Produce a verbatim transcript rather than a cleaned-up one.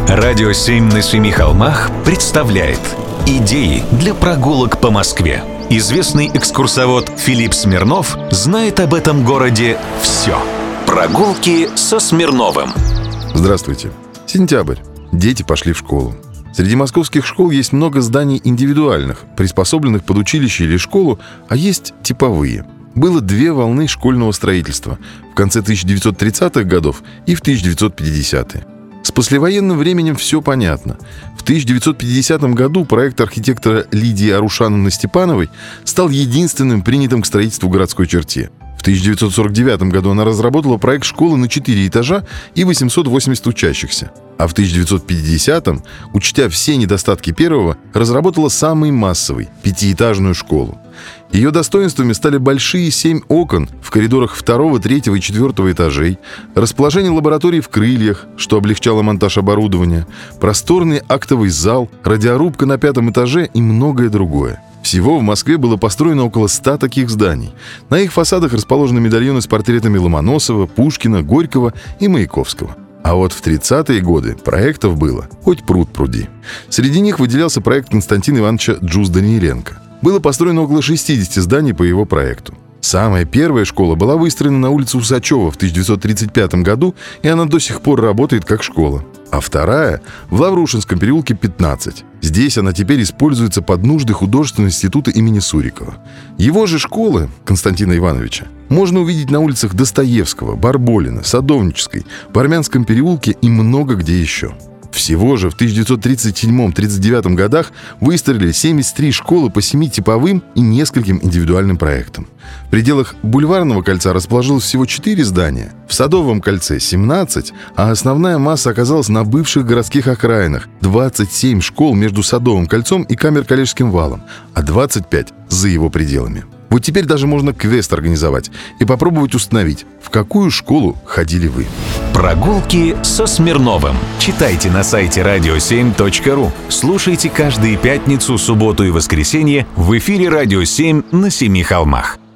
Радио семь на семи холмах представляет идеи для прогулок по Москве. Известный экскурсовод Филипп Смирнов знает об этом городе все. Прогулки со Смирновым. Здравствуйте. Сентябрь. Дети пошли в школу. Среди московских школ есть много зданий индивидуальных, приспособленных под училище или школу, а есть типовые. Было две волны школьного строительства в конце тысяча девятьсот тридцатых годов и в тысяча девятьсот пятидесятые. С послевоенным временем все понятно. В тысяча девятьсот пятидесятом году проект архитектора Лидии Арушановны-Степановой стал единственным принятым к строительству в городской черте. В тысяча девятьсот сорок девятом году она разработала проект школы на четыре этажа и восемьсот восемьдесят учащихся. А в тысяча девятьсот пятидесятом, учтя все недостатки первого, разработала самый массовый – пятиэтажную школу. Ее достоинствами стали большие семь окон в коридорах второго, третьего и четвертого этажей, расположение лабораторий в крыльях, что облегчало монтаж оборудования, просторный актовый зал, радиорубка на пятом этаже и многое другое. Всего в Москве было построено около ста таких зданий. На их фасадах расположены медальоны с портретами Ломоносова, Пушкина, Горького и Маяковского. А вот в тридцатые годы проектов было хоть пруд пруди. Среди них выделялся проект Константина Ивановича Джуз-Данииленко. Было построено около шестидесяти зданий по его проекту. Самая первая школа была выстроена на улице Усачева в тысяча девятьсот тридцать пятом году, и она до сих пор работает как школа. А вторая — в Лаврушинском переулке пятнадцать. Здесь она теперь используется под нужды художественного института имени Сурикова. Его же школы, Константина Ивановича, можно увидеть на улицах Достоевского, Барболина, Садовнической, в Армянском переулке и много где еще. Всего же в тысяча девятьсот тридцать седьмом — тридцать девятом годах выстроили семьдесят три школы по семи типовым и нескольким индивидуальным проектам. В пределах Бульварного кольца расположилось всего четыре здания, в Садовом кольце — семнадцать, а основная масса оказалась на бывших городских окраинах — двадцать семь школ между Садовым кольцом и Камер-Калежским валом, а двадцать пять за его пределами. Вот теперь даже можно квест организовать и попробовать установить, в какую школу ходили вы. Прогулки со Смирновым. Читайте на сайте радио семь точка ру. Слушайте каждые пятницу, субботу и воскресенье в эфире «Радио семь» на Семи холмах.